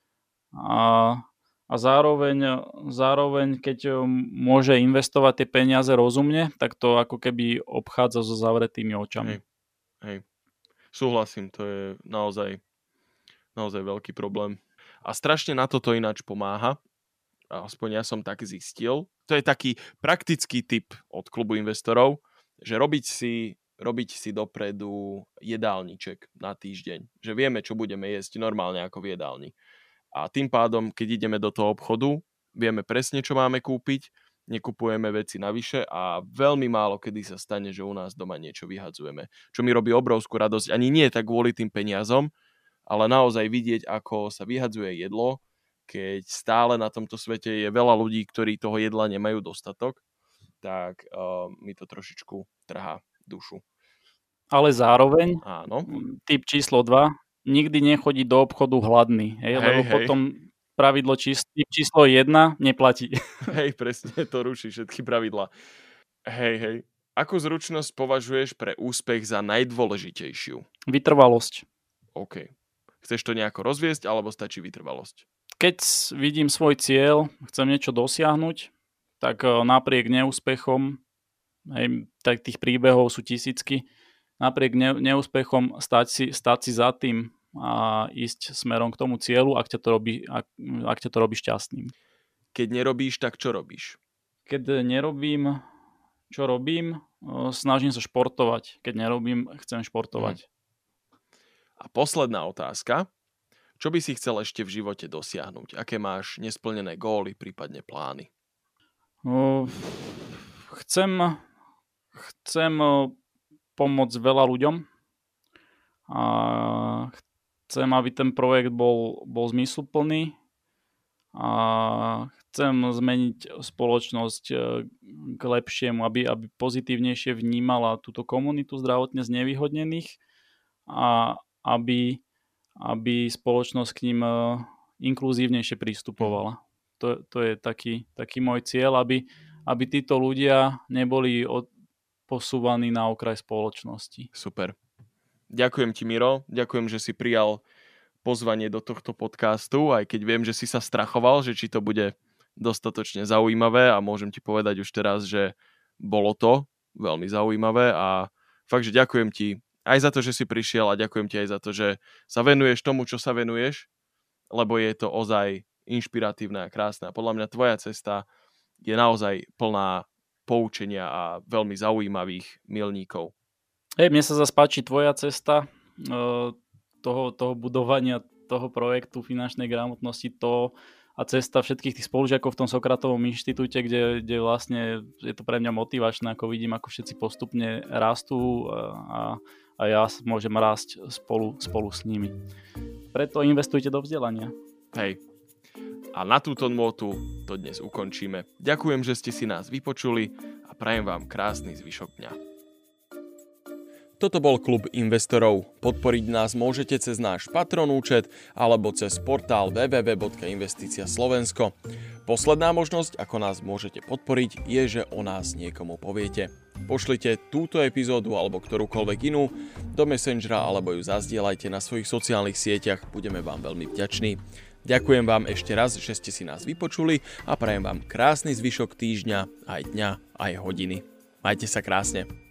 [SPEAKER 2] A zároveň, keď môže investovať tie peniaze rozumne, tak to ako keby obchádza so zavretými očami.
[SPEAKER 1] Hej. Súhlasím, to je naozaj veľký problém. A strašne na toto ináč pomáha, aspoň ja som tak zistil. To je taký praktický tip od klubu investorov, že robiť si dopredu jedálniček na týždeň. Že vieme, čo budeme jesť normálne ako v jedálni. A tým pádom, keď ideme do toho obchodu, vieme presne, čo máme kúpiť, nekupujeme veci navyše a veľmi málo kedy sa stane, že u nás doma niečo vyhadzujeme. Čo mi robí obrovskú radosť, ani nie tak kvôli tým peniazom, ale naozaj vidieť, ako sa vyhadzuje jedlo keď stále na tomto svete je veľa ľudí, ktorí toho jedla nemajú dostatok, tak mi to trošičku trhá dušu.
[SPEAKER 2] Ale zároveň,
[SPEAKER 1] áno.
[SPEAKER 2] Typ číslo 2, nikdy nechodí do obchodu hladný, lebo potom pravidlo typ číslo 1 neplatí.
[SPEAKER 1] Hej, presne, to ruší všetky pravidlá. Hej. Akú zručnosť považuješ pre úspech za najdôležitejšiu?
[SPEAKER 2] Vytrvalosť.
[SPEAKER 1] OK. Chceš to nejako rozviesť, alebo stačí vytrvalosť?
[SPEAKER 2] Keď vidím svoj cieľ, chcem niečo dosiahnuť, tak napriek neúspechom, tak tých príbehov sú tisícky, napriek neúspechom stať si za tým a ísť smerom k tomu cieľu, ak ťa to robí šťastným.
[SPEAKER 1] Keď nerobíš, tak čo robíš?
[SPEAKER 2] Keď nerobím, čo robím? Snažím sa športovať. Keď nerobím, chcem športovať.
[SPEAKER 1] A posledná otázka. Čo by si chcel ešte v živote dosiahnuť? Aké máš nesplnené góly, prípadne plány?
[SPEAKER 2] Chcem pomôcť veľa ľuďom a chcem, aby ten projekt bol zmysluplný a chcem zmeniť spoločnosť k lepšiemu, aby pozitívnejšie vnímala túto komunitu zdravotne znevýhodnených a aby spoločnosť k ním inkluzívnejšie pristupovala. To je taký môj cieľ, aby títo ľudia neboli posúvaní na okraj spoločnosti.
[SPEAKER 1] Super. Ďakujem ti, Miro. Ďakujem, že si prijal pozvanie do tohto podcastu, aj keď viem, že si sa strachoval, že či to bude dostatočne zaujímavé a môžem ti povedať už teraz, že bolo to veľmi zaujímavé a fakt, že ďakujem ti aj za to, že si prišiel a ďakujem ti aj za to, že sa venuješ tomu, čo sa venuješ, lebo je to ozaj inšpiratívne a krásne. Podľa mňa tvoja cesta je naozaj plná poučenia a veľmi zaujímavých milníkov.
[SPEAKER 2] Mne sa zase páči tvoja cesta toho budovania toho projektu finančnej gramotnosti a cesta všetkých tých spolužiakov v tom Sokratovom inštitúte, kde vlastne je to pre mňa motivačné, ako vidím, ako všetci postupne rastú a ja môžem rásť spolu s nimi. Preto investujte do vzdelania.
[SPEAKER 1] Hej. A na túto nôtu to dnes ukončíme. Ďakujem, že ste si nás vypočuli a prajem vám krásny zvyšok dňa. Toto bol Klub investorov. Podporiť nás môžete cez náš Patron účet alebo cez portál www.investiciaslovensko. Posledná možnosť, ako nás môžete podporiť, je, že o nás niekomu poviete. Pošlite túto epizódu alebo ktorúkoľvek inú do Messengera alebo ju zazdieľajte na svojich sociálnych sieťach. Budeme vám veľmi vďační. Ďakujem vám ešte raz, že ste si nás vypočuli a prajem vám krásny zvyšok týždňa, aj dňa, aj hodiny. Majte sa krásne.